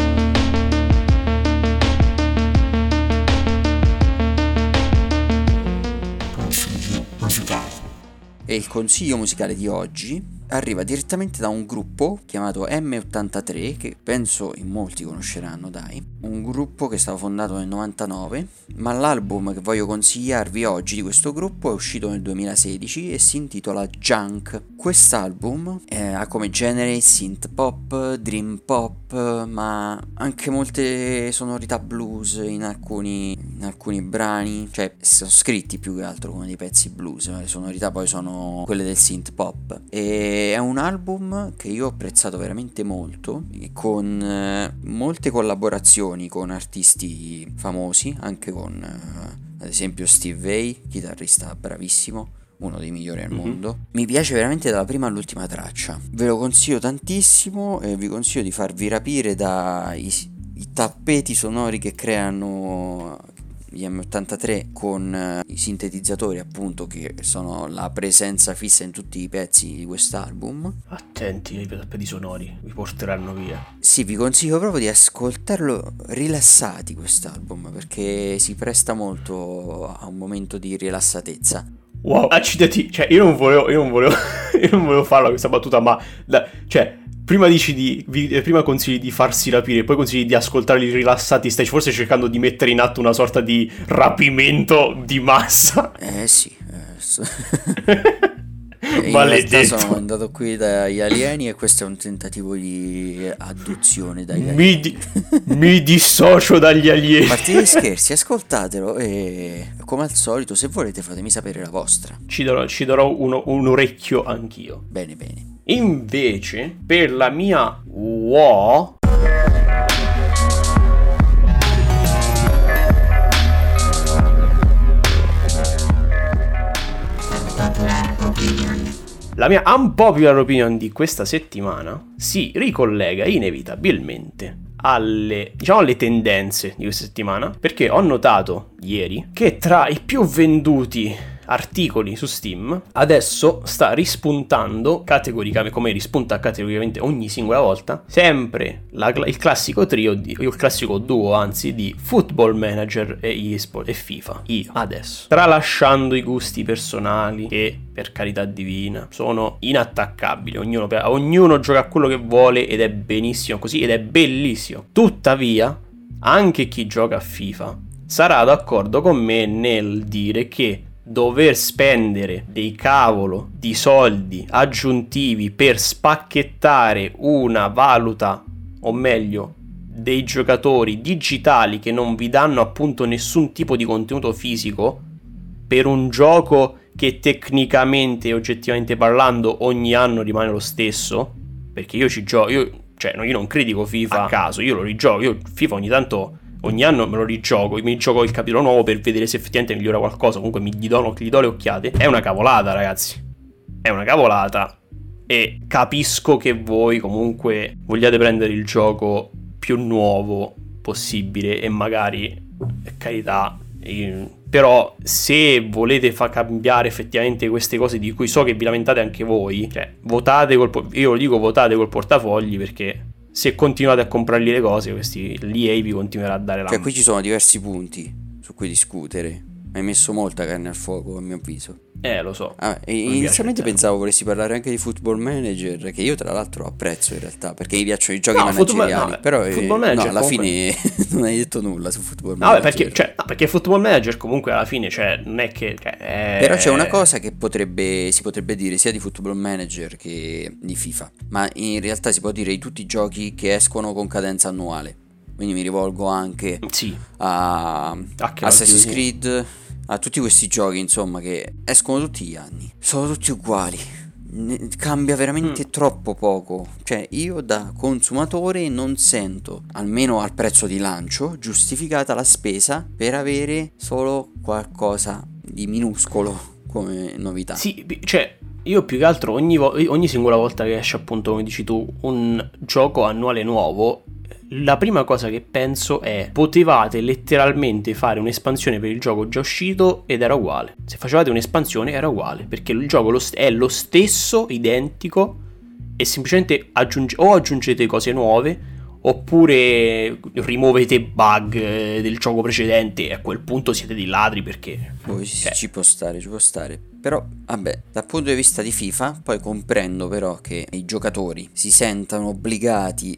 E il consiglio musicale di oggi arriva direttamente da un gruppo chiamato M ottantatré, che penso in molti conosceranno, dai. Un gruppo che è stato fondato nel novantanove, ma l'album che voglio consigliarvi oggi di questo gruppo è uscito nel duemilasedici e si intitola Junk. Quest'album eh, ha come genere synth pop, dream pop, ma anche molte sonorità blues in alcuni, in alcuni brani, cioè sono scritti più che altro come dei pezzi blues, ma le sonorità poi sono quelle del synth pop. E è un album che io ho apprezzato veramente molto, con eh, molte collaborazioni con artisti famosi, anche con eh, ad esempio Steve Vai, chitarrista bravissimo, uno dei migliori al mondo. Mm-hmm. Mi piace veramente dalla prima all'ultima traccia, ve lo consiglio tantissimo e vi consiglio di farvi rapire dai i tappeti sonori che creano gli M ottantatré con uh, i sintetizzatori, appunto, che sono la presenza fissa in tutti i pezzi di quest'album. Attenti ai tappeti sonori, vi porteranno via. Sì, vi consiglio proprio di ascoltarlo rilassati quest'album, perché si presta molto a un momento di rilassatezza. Wow, accidenti, cioè io non volevo, io non volevo, io non volevo farla questa battuta, ma la, cioè prima dici di, vi, prima consigli di farsi rapire, poi consigli di ascoltarli rilassati, stai forse cercando di mettere in atto una sorta di rapimento di massa. Eh sì, eh, so. In maledetto. realtà sono andato qui dagli alieni e questo è un tentativo di adduzione dagli alieni. Mi, di, mi dissocio dagli alieni. A parte gli scherzi, ascoltatelo e come al solito, se volete, fatemi sapere la vostra. Ci darò, ci darò uno, un orecchio anch'io. Bene, bene. Invece, per la mia W O... la mia unpopular opinion di questa settimana si ricollega inevitabilmente alle, diciamo, alle tendenze di questa settimana, perché ho notato ieri che tra i più venduti articoli su Steam adesso sta rispuntando categoricamente, come rispunta categoricamente ogni singola volta, sempre la, il classico trio di, il classico duo anzi di Football Manager e eSport e FIFA. Io adesso, tralasciando i gusti personali che per carità divina sono inattaccabili, ognuno, ognuno gioca a quello che vuole ed è benissimo così ed è bellissimo, tuttavia anche chi gioca a FIFA sarà d'accordo con me nel dire che dover spendere dei cavolo di soldi aggiuntivi per spacchettare una valuta, o meglio dei giocatori digitali che non vi danno appunto nessun tipo di contenuto fisico, per un gioco che tecnicamente e oggettivamente parlando ogni anno rimane lo stesso, perché io ci gioco, io, cioè io non critico FIFA a caso, io lo rigioco, io FIFA ogni tanto ogni anno me lo rigioco, mi gioco il capitolo nuovo per vedere se effettivamente migliora qualcosa, comunque mi gli do, gli do le occhiate. È una cavolata, ragazzi, è una cavolata, e capisco che voi comunque vogliate prendere il gioco più nuovo possibile e magari, per carità, eh, però se volete far cambiare effettivamente queste cose di cui so che vi lamentate anche voi, cioè votate col, io lo dico, votate col portafogli, perché se continuate a comprargli le cose, questi l'E A vi continuerà a dare la... Cioè qui ci sono diversi punti su cui discutere. hai messo molta carne al fuoco, a mio avviso. Eh, lo so. Ah, e Mi piace inizialmente il tema. pensavo volessi parlare anche di Football Manager, che io tra l'altro apprezzo in realtà, perché mi piacciono i giochi No, Football, manageriali. no, Però eh, Football no, Manager alla comunque... fine non hai detto nulla su Football No, vabbè, Manager. perché, cioè, no, perché Football Manager comunque alla fine, cioè, non è che... Cioè, è... Però c'è una cosa che potrebbe, si potrebbe dire sia di Football Manager che di FIFA, ma in realtà si può dire di tutti i giochi che escono con cadenza annuale. Quindi mi rivolgo anche Sì. a Ah, che Assassin's oddio, sì. Creed, a tutti questi giochi, insomma, che escono tutti gli anni. Sono tutti uguali. Ne- Cambia veramente Mm. troppo poco. Cioè, io da consumatore non sento, almeno al prezzo di lancio, giustificata la spesa per avere solo qualcosa di minuscolo come novità. Sì, pi- cioè, io più che altro ogni, vo- ogni singola volta che esce appunto, come dici tu, un gioco annuale nuovo, la prima cosa che penso è: potevate letteralmente fare un'espansione per il gioco già uscito ed era uguale. Se facevate un'espansione era uguale, perché il gioco lo st- è lo stesso, identico, e semplicemente aggiunge- o aggiungete cose nuove oppure rimuovete bug eh, del gioco precedente, e a quel punto siete dei ladri, perché Poi sì, cioè, ci può stare, ci può stare. Però, vabbè, dal punto di vista di FIFA, poi comprendo però che i giocatori si sentano obbligati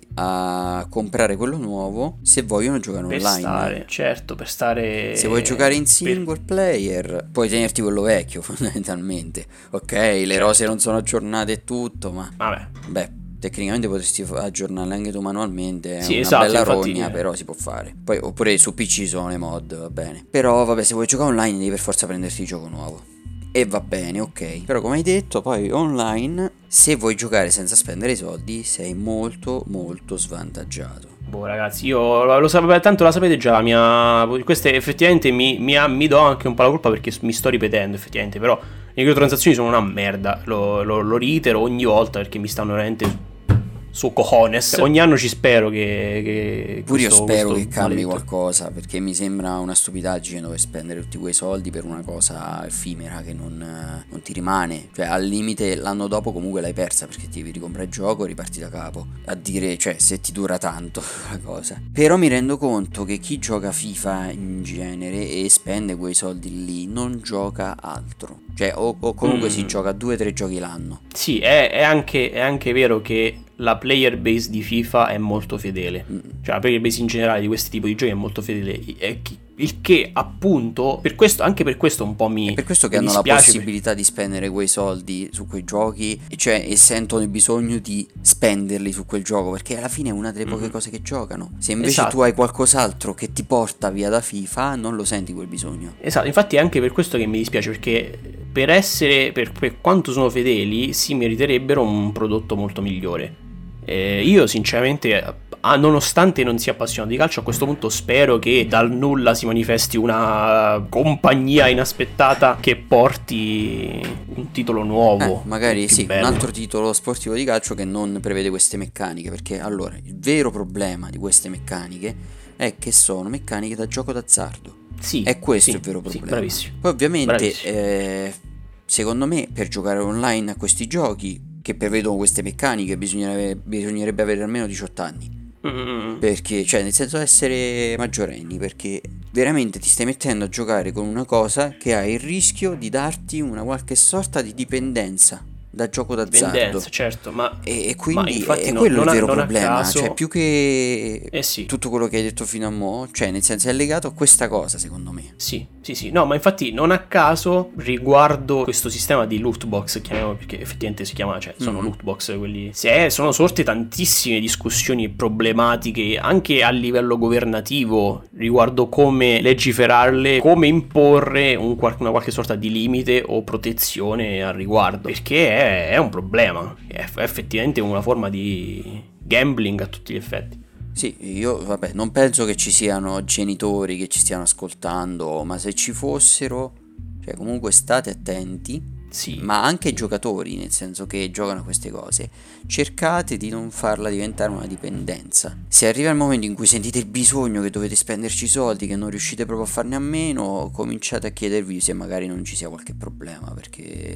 a comprare quello nuovo se vogliono giocare per online. stare, certo, per stare... Se vuoi giocare in per- single player, puoi tenerti quello vecchio, fondamentalmente. Ok, le Certo. rose non sono aggiornate e tutto, ma Vabbè, beh, tecnicamente potresti fa- aggiornarle anche tu manualmente. È sì, una esatto, bella infatti, rogna, eh. però si può fare. Poi, oppure su P C sono le mod, va bene. Però, vabbè, se vuoi giocare online devi per forza prenderti il gioco nuovo. E va bene, ok. Però come hai detto, poi online, se vuoi giocare senza spendere i soldi, sei molto molto svantaggiato. Boh, ragazzi, io lo, lo sapevo, tanto la sapete già, la mia... Queste effettivamente mi, mi, mi do anche un po' la colpa perché mi sto ripetendo, effettivamente, però le microtransazioni sono una merda, lo, lo, lo reitero ogni volta perché mi stanno veramente su cojones. Ogni anno ci spero che, che Pure io questo, spero questo che cambi maledetto- qualcosa, perché mi sembra una stupidaggine dover spendere tutti quei soldi per una cosa effimera che non, eh, non ti rimane. Cioè, al limite l'anno dopo comunque l'hai persa perché ti devi ricomprare il gioco e riparti da capo. A dire, cioè, se ti dura tanto la cosa. Però mi rendo conto che chi gioca FIFA in genere e spende quei soldi lì non gioca altro. Cioè, o, o comunque Mm. si gioca due o tre giochi l'anno. Sì, è, è anche, è anche vero che la player base di FIFA è molto fedele. Mm. Cioè, la player base in generale di questi tipi di giochi è molto fedele. E chi- Il che, appunto, per questo, anche per questo un po' mi. È per questo che mi hanno la dispiace, possibilità di spendere quei soldi su quei giochi, e cioè, e sentono il bisogno di spenderli su quel gioco, perché alla fine è una delle poche Mhm. cose che giocano. Se invece Esatto. tu hai qualcos'altro che ti porta via da FIFA, non lo senti quel bisogno. Esatto, infatti è anche per questo che mi dispiace, perché per essere, per, per quanto sono fedeli, si meriterebbero un prodotto molto migliore. Eh, io sinceramente, ah, nonostante non sia appassionato di calcio, a questo punto spero che dal nulla si manifesti una compagnia inaspettata che porti un titolo nuovo. Eh, magari più sì, bello. un altro titolo sportivo di calcio che non prevede queste meccaniche, perché allora il vero problema di queste meccaniche è che sono meccaniche da gioco d'azzardo. Sì, È questo sì, il vero sì, problema. bravissimo. Poi ovviamente, Bravissimo. eh, secondo me, per giocare online a questi giochi che prevedono queste meccaniche bisognerebbe, bisognerebbe avere almeno diciotto anni. Mm. Perché, cioè, nel senso essere maggiorenni, perché veramente ti stai mettendo a giocare con una cosa che ha il rischio di darti una qualche sorta di dipendenza da gioco d'azzardo. Dipendenza, certo, ma, E, e ma quindi infatti è no- quello non il a- vero non a problema, caso- cioè più che Eh sì. tutto quello che hai detto fino a mo', cioè nel senso è legato a questa cosa secondo me. Sì, sì, sì, no, ma infatti non a caso riguardo questo sistema di loot box, chiamiamolo, perché effettivamente si chiama, cioè sono Mhm. loot box quelli. Se sono sorte tantissime discussioni e problematiche anche a livello governativo riguardo come legiferarle, come imporre un qual- una qualche sorta di limite o protezione al riguardo, perché è, è un problema, è è effettivamente una forma di gambling a tutti gli effetti. Sì, io vabbè, non penso che ci siano genitori che ci stiano ascoltando, ma se ci fossero, cioè comunque state attenti. Sì. Ma anche i giocatori, nel senso che giocano a queste cose, cercate di non farla diventare una dipendenza. Se arriva il momento in cui sentite il bisogno che dovete spenderci soldi, che non riuscite proprio a farne a meno, cominciate a chiedervi se magari non ci sia qualche problema, perché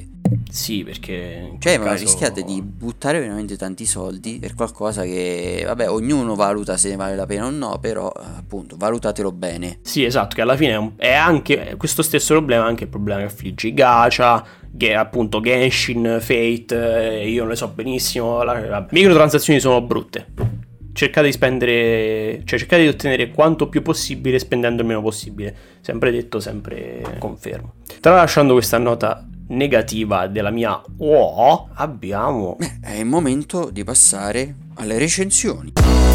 Sì, perché in Cioè, quel ma caso... rischiate di buttare veramente tanti soldi per qualcosa che, vabbè, ognuno valuta se ne vale la pena o no, però appunto valutatelo bene. Sì, esatto, che alla fine è, un- è anche questo stesso problema, anche il problema che affligge i gacha, che appunto Genshin, Fate, eh, io non le so benissimo, la, vabbè. Microtransazioni sono brutte. Cercate di spendere, cioè cercate di ottenere quanto più possibile spendendo il meno possibile. Sempre detto, sempre confermo. Tralasciando questa nota negativa della mia O, abbiamo... Beh, è il momento di passare alle recensioni.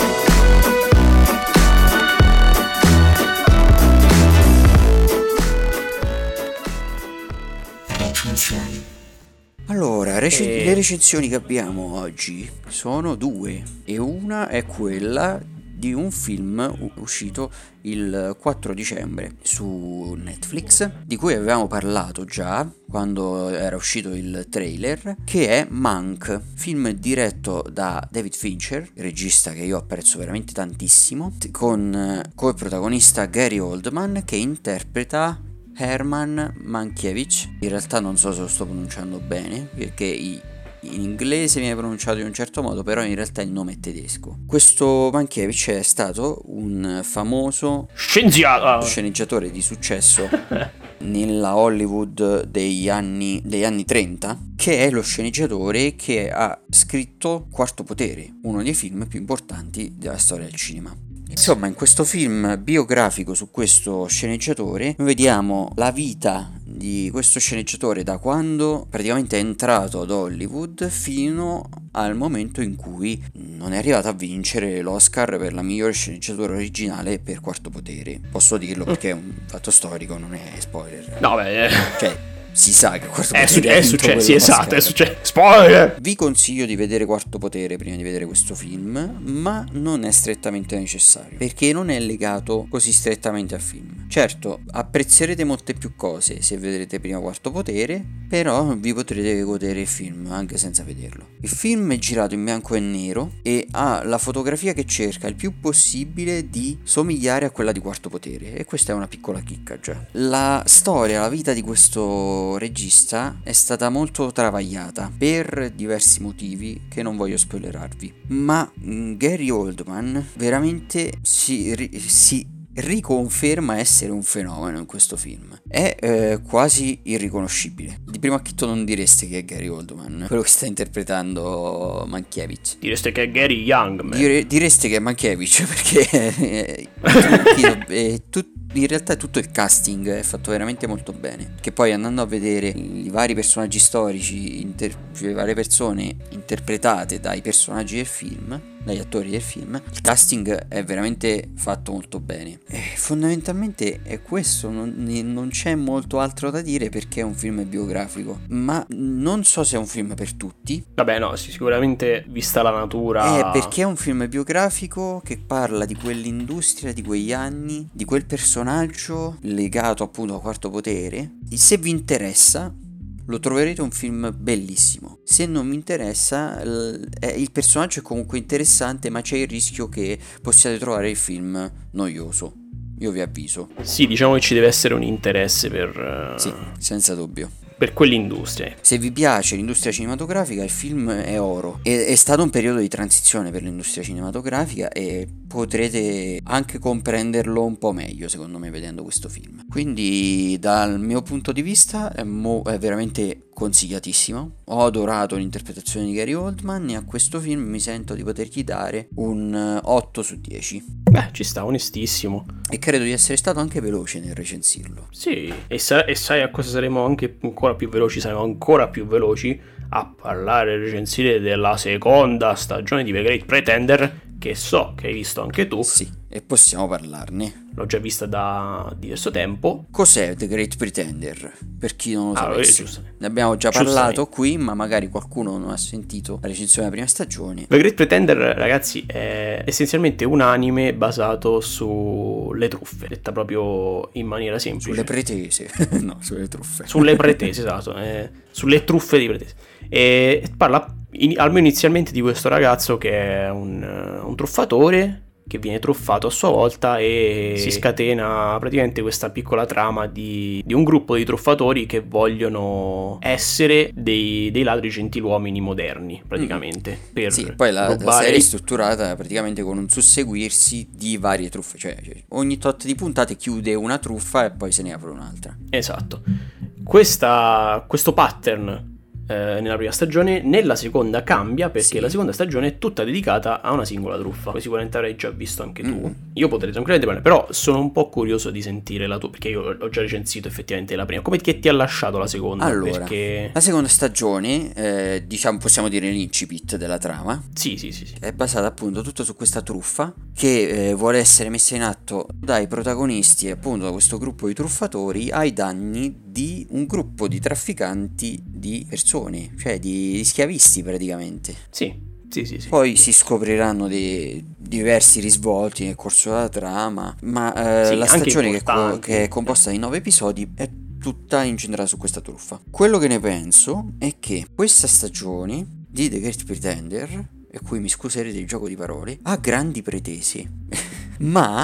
Allora, rec- E- le recensioni che abbiamo oggi sono due e una è quella di un film u- uscito il quattro dicembre su Netflix, di cui avevamo parlato già quando era uscito il trailer, che è Mank, film diretto da David Fincher, regista che io apprezzo veramente tantissimo, t- con eh, come protagonista Gary Oldman che interpreta Herman Mankiewicz. In realtà non so se lo sto pronunciando bene, perché i- in inglese viene pronunciato in un certo modo, però in realtà il nome è tedesco. Questo Mankiewicz è stato un famoso Scienziato! sceneggiatore di successo nella Hollywood degli anni, degli anni trenta, che è lo sceneggiatore che ha scritto Quarto Potere, uno dei film più importanti della storia del cinema. Insomma, in questo film biografico su questo sceneggiatore noi vediamo la vita di questo sceneggiatore da quando praticamente è entrato ad Hollywood fino al momento in cui non è arrivato a vincere l'Oscar per la migliore sceneggiatura originale per Quarto Potere. Posso dirlo perché è un fatto storico, non è spoiler. No, beh... eh. Cioè, si sa che Quarto È, Potere su- ha è vinto successo, sì, quell'Oscar. esatto, è successo. Spoiler! Vi consiglio di vedere Quarto Potere prima di vedere questo film, ma non è strettamente necessario, perché non è legato così strettamente al film. Certo, apprezzerete molte più cose se vedrete prima Quarto Potere, però vi potrete godere il film anche senza vederlo. Il film è girato in bianco e nero e ha la fotografia che cerca il più possibile di somigliare a quella di Quarto Potere, e questa è una piccola chicca già. La storia, la vita di questo regista è stata molto travagliata per diversi motivi che non voglio spoilerarvi, ma mh, Gary Oldman veramente si, ri- si riconferma essere un fenomeno in questo film. È eh, quasi irriconoscibile. Di primo acchito non direste che è Gary Oldman, quello che sta interpretando Mankiewicz. Direste che è Gary Young, man. Dire- direste che è Mankiewicz perché eh, trucchi- eh, tut- in realtà tutto il casting è fatto veramente molto bene. Che poi andando a vedere i vari personaggi storici, inter- le varie persone interpretate dai personaggi del film, dagli attori del film, il casting è veramente fatto molto bene. E fondamentalmente è questo, non, non c'è molto altro da dire perché è un film biografico, ma non so se è un film per tutti. Vabbè, no, sì, sicuramente vista la natura... È perché è un film biografico che parla di quell'industria, di quegli anni, di quel personaggio legato appunto a Quarto Potere. Se vi interessa, lo troverete un film bellissimo. Se non vi interessa, l- eh, il personaggio è comunque interessante, ma c'è il rischio che possiate trovare il film noioso. Io vi avviso. Sì, diciamo che ci deve essere un interesse per... Sì, senza dubbio. Per quell'industria. Se vi piace l'industria cinematografica, il film è oro. È, è stato un periodo di transizione per l'industria cinematografica e potrete anche comprenderlo un po' meglio, secondo me, vedendo questo film. Quindi, dal mio punto di vista, è, mo- è veramente consigliatissimo. Ho adorato l'interpretazione di Gary Oldman e a questo film mi sento di potergli dare un eh, otto su dieci. Beh, ci sta, onestissimo. E credo di essere stato anche veloce nel recensirlo. Sì, e, sa- e sai a cosa saremo anche ancora più veloci? Saremo ancora più veloci a parlare e recensire della seconda stagione di The Great Pretender, che so che hai visto anche tu. Sì, e possiamo parlarne. L'ho già vista da diverso tempo. Cos'è The Great Pretender? Per chi non lo Ah, eh, sapesse. giustamente. Ne abbiamo già Giustamente. parlato qui, ma magari qualcuno non ha sentito la recensione della prima stagione. The Great Pretender, ragazzi, è essenzialmente un anime basato sulle truffe, detta proprio in maniera semplice. Sulle pretese. No, sulle truffe. Sulle pretese, esatto, eh, sulle truffe di pretese. E parla in- almeno inizialmente di questo ragazzo che è un, un truffatore che viene truffato a sua volta e Sì. si scatena praticamente questa piccola trama di, di un gruppo di truffatori che vogliono essere dei, dei ladri gentiluomini moderni, praticamente, per Sì, poi la, la rubare... serie è strutturata praticamente con un susseguirsi di varie truffe, cioè, cioè, ogni tot di puntate chiude una truffa e poi se ne apre un'altra. Esatto. Questa, questo pattern eh, nella prima stagione, nella seconda cambia perché Sì. la seconda stagione è tutta dedicata a una singola truffa. Poi sicuramente avrai già visto anche tu. Mm. Io potrei tranquillamente parlare, però sono un po' curioso di sentire la tua, perché io ho già recensito effettivamente la prima. Come che ti ha lasciato la seconda? Allora, Perché... la seconda stagione, eh, diciamo, possiamo dire l'incipit della trama, Sì, sì, sì, sì. è basata appunto tutto su questa truffa che eh, vuole essere messa in atto dai protagonisti, appunto da questo gruppo di truffatori, ai danni di un gruppo di trafficanti di persone, cioè di, di schiavisti praticamente. Sì, sì, sì, sì. Poi si scopriranno dei diversi risvolti nel corso della trama, ma eh, Sì, la anche stagione che è, co- importanti. che è composta di nove episodi è tutta incentrata su questa truffa. Quello che ne penso è che questa stagione di The Great Pretender, e qui mi scuserete il gioco di parole, ha grandi pretese, ma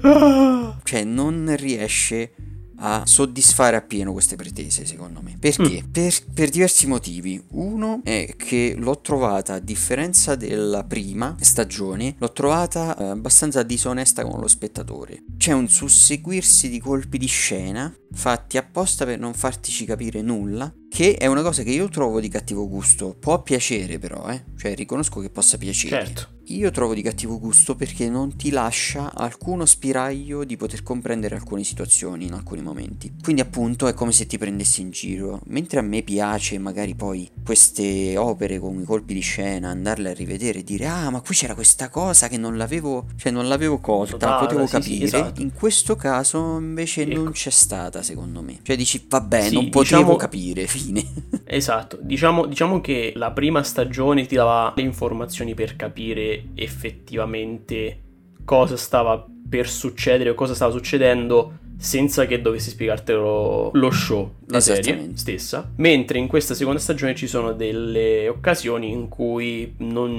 cioè non riesce a soddisfare appieno queste pretese, secondo me. Perché? Per, per diversi motivi. Uno è che l'ho trovata, a differenza della prima stagione, l'ho trovata eh, abbastanza disonesta con lo spettatore. C'è un susseguirsi di colpi di scena fatti apposta per non fartici capire nulla, che è una cosa che io trovo di cattivo gusto. Può piacere però, eh. Cioè riconosco che possa piacere. Certo. Io trovo di cattivo gusto perché non ti lascia alcuno spiraglio di poter comprendere alcune situazioni in alcuni momenti. Quindi appunto è come se ti prendessi in giro. Mentre a me piace magari poi queste opere con i colpi di scena, andarle a rivedere e dire ah ma qui c'era questa cosa che non l'avevo, cioè non l'avevo colta, Notata, potevo sì, sì, capire. esatto. In questo caso invece Ecco. non c'è stata, secondo me. Cioè dici vabbè, Sì, non potevo diciamo- capire, fine. Esatto, diciamo, diciamo che la prima stagione ti dava le informazioni per capire effettivamente cosa stava per succedere o cosa stava succedendo senza che dovessi spiegartelo lo show, la serie Esattamente. stessa. Mentre in questa seconda stagione ci sono delle occasioni in cui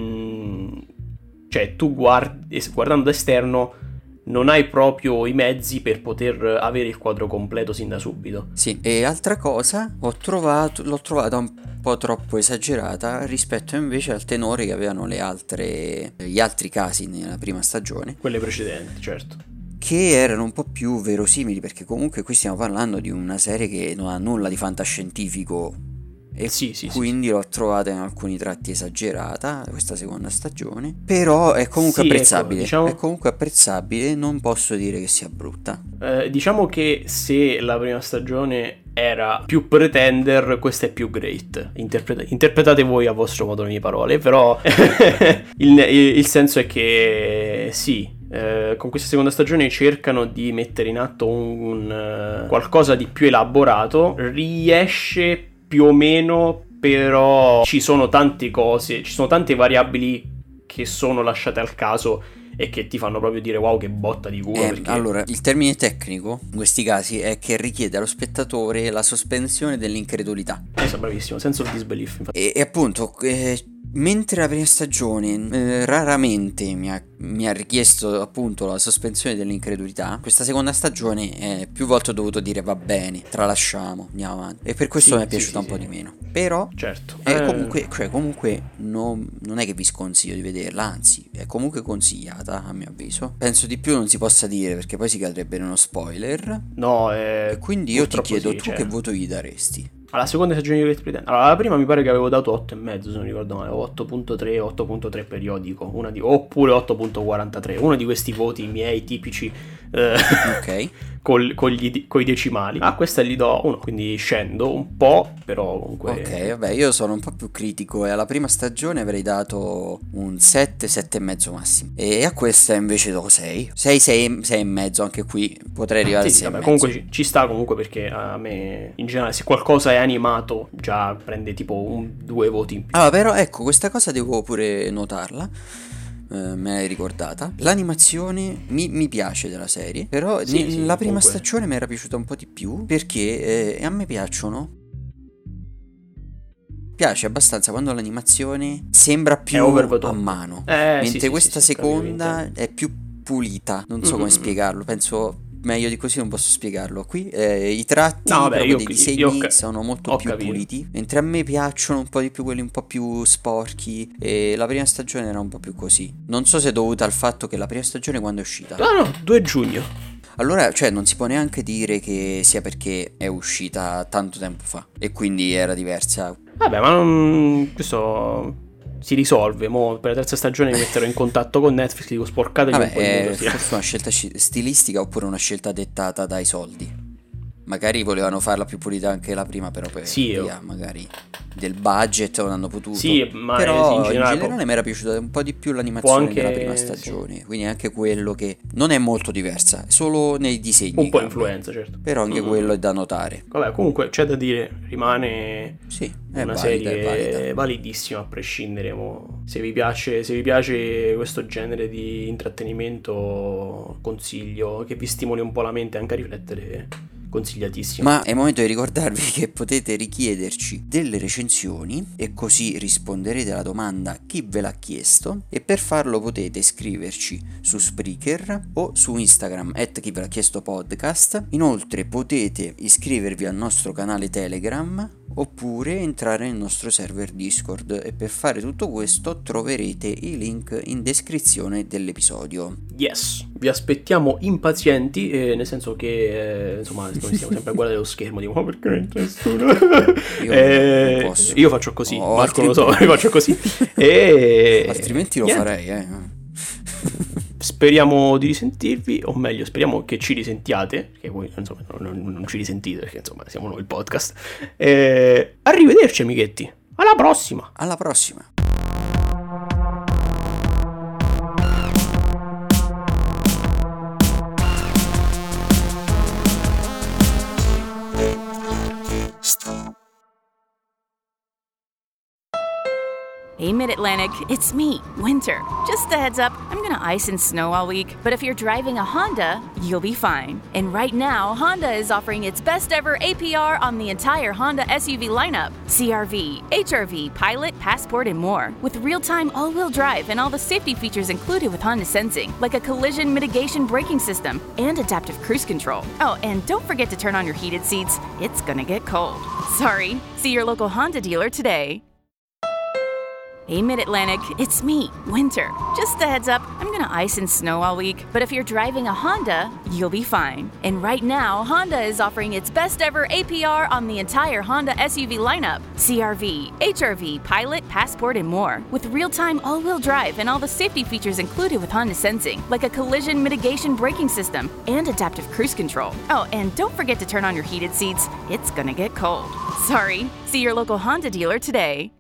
non... cioè tu guardi, guardando da esterno non hai proprio i mezzi per poter avere il quadro completo sin da subito. Sì, e altra cosa, ho trovato, l'ho trovata un po' troppo esagerata rispetto invece al tenore che avevano le altre, gli altri casi nella prima stagione, Quelle precedenti, certo. che erano un po' più verosimili, perché comunque qui stiamo parlando di una serie che non ha nulla di fantascientifico e Sì, sì, sì, quindi l'ho trovata in alcuni tratti esagerata questa seconda stagione, però è comunque Sì, ecco, apprezzabile, diciamo- è comunque apprezzabile, non posso dire che sia brutta. Eh, diciamo che se la prima stagione era più Pretender, questa è più Great. Interpreta- interpretate voi a vostro modo le mie parole, però il, il senso è che sì, eh, con questa seconda stagione cercano di mettere in atto un, un, eh, qualcosa di più elaborato, riesce più o meno, però ci sono tante cose, ci sono tante variabili che sono lasciate al caso e che ti fanno proprio dire wow che botta di culo, Eh, perché allora, il termine tecnico in questi casi è che richiede allo spettatore la sospensione dell'incredulità. eh, bravissimo, sense of disbelief, infatti. E, e appunto, eh, mentre la prima stagione eh, raramente mi ha, mi ha richiesto appunto la sospensione dell'incredulità, questa seconda stagione eh, più volte ho dovuto dire va bene, tralasciamo, andiamo avanti. E per questo Sì, mi è sì, piaciuta sì, un po' sì. di meno. Però Certo. è Eh, comunque, cioè, comunque non, non è che vi sconsiglio di vederla, anzi è comunque consigliata a mio avviso. Penso di più non si possa dire perché poi si cadrebbe in uno spoiler. No, eh, E quindi io ti purtroppo chiedo sì, tu cioè. che voto gli daresti? Alla seconda stagione di Great Pretender. Allora, la prima mi pare che avevo dato otto e mezzo, se non ricordo male, otto virgola tre, otto virgola tre periodico, una di, oppure otto virgola quarantatré, uno di questi voti miei tipici eh, Ok. col, con, gli, coi decimali. A questa gli do uno, quindi scendo un po', però comunque... Ok, vabbè, io sono un po' più critico e alla prima stagione avrei dato un sette, sette e mezzo massimo. E a questa invece do sei. sei, sei, sei e mezzo, anche qui potrei arrivare Sì, a sì, sei e vabbè, mezzo. comunque ci, ci sta comunque perché a me in generale se qualcosa è animato già prende tipo un, due voti in più. Allora, però ecco, questa cosa devo pure notarla. eh, me l'hai ricordata. L'animazione mi, mi piace della serie, però Sì, ne- sì, la prima comunque. stagione mi era piaciuta un po' di più perché eh, a me piacciono. Piace abbastanza quando l'animazione sembra più È over the a top. mano, Eh, mentre sì, sì, questa sì, sì, ho capito che seconda intendi. è più pulita, non so Mm. come spiegarlo, penso meglio di così non posso spiegarlo. Qui eh, i tratti No, vabbè, proprio io- dei io- disegni io ho ca- sono molto ho più capito. puliti, mentre a me piacciono un po' di più quelli un po' più sporchi, e la prima stagione era un po' più così. Non so se è dovuta al fatto che la prima stagione quando è uscita. No, no, due giugno. Allora, cioè, non si può neanche dire che sia perché è uscita tanto tempo fa e quindi era diversa. Vabbè, ma non... questo si risolve. Mo per la terza stagione mi metterò in contatto con Netflix, dico sporcatevi un Vabbè, po' il è muso, sì. forse una scelta sci- stilistica oppure una scelta dettata dai soldi. Magari volevano farla più pulita anche la prima, però per Sì, io- via magari del budget non hanno potuto. Sì, ma però sì, in in generale generale, può- mi era piaciuta un po' di più l'animazione anche- della prima sì. stagione. Quindi anche quello che non è molto diversa, è solo nei disegni. Un po' cambia. influenza, certo. Però anche Mm. quello è da notare. Vabbè, comunque c'è da dire, rimane Sì, è una valida, serie è valida. validissima a prescindere. mo. Se vi piace, se vi piace questo genere di intrattenimento, consiglio che vi stimoli un po' la mente anche a riflettere. Consigliatissimo. Ma è il momento di ricordarvi che potete richiederci delle recensioni e così risponderete alla domanda chi ve l'ha chiesto, e per farlo potete scriverci su Spreaker o su Instagram at chi ve l'ha chiesto podcast. Inoltre potete iscrivervi al nostro canale Telegram oppure entrare nel nostro server Discord, e per fare tutto questo troverete i link in descrizione dell'episodio. Yes, vi aspettiamo impazienti, eh, nel senso che eh, insomma noi stiamo sempre a guardare lo schermo, dico ma perché non c'è nessuno? Io Eh, non posso. io faccio così, Ho Marco altri lo so, impegni. io faccio così. E Altrimenti lo niente, farei, eh. Speriamo di risentirvi, o meglio, speriamo che ci risentiate, perché voi insomma non, non ci risentite, perché insomma siamo noi il podcast. Eh, arrivederci amichetti, alla prossima! Alla prossima. Hey, Mid-Atlantic, it's me, Winter. Just a heads up, I'm gonna ice and snow all week, but if you're driving a Honda, you'll be fine. And right now, Honda is offering its best ever A P R on the entire Honda S U V lineup. C R V, H R V, Pilot, Passport, and more. With real-time all-wheel drive and all the safety features included with Honda Sensing, like a collision mitigation braking system and adaptive cruise control. Oh, and don't forget to turn on your heated seats. It's gonna get cold. Sorry. See your local Honda dealer today. Hey, Mid-Atlantic, it's me, Winter. Just a heads up, I'm gonna ice and snow all week, but if you're driving a Honda, you'll be fine. And right now, Honda is offering its best ever A P R on the entire Honda S U V lineup. C R V, H R V, Pilot, Passport, and more. With real-time all-wheel drive and all the safety features included with Honda Sensing, like a collision mitigation braking system and adaptive cruise control. Oh, and don't forget to turn on your heated seats. It's gonna get cold. Sorry. See your local Honda dealer today.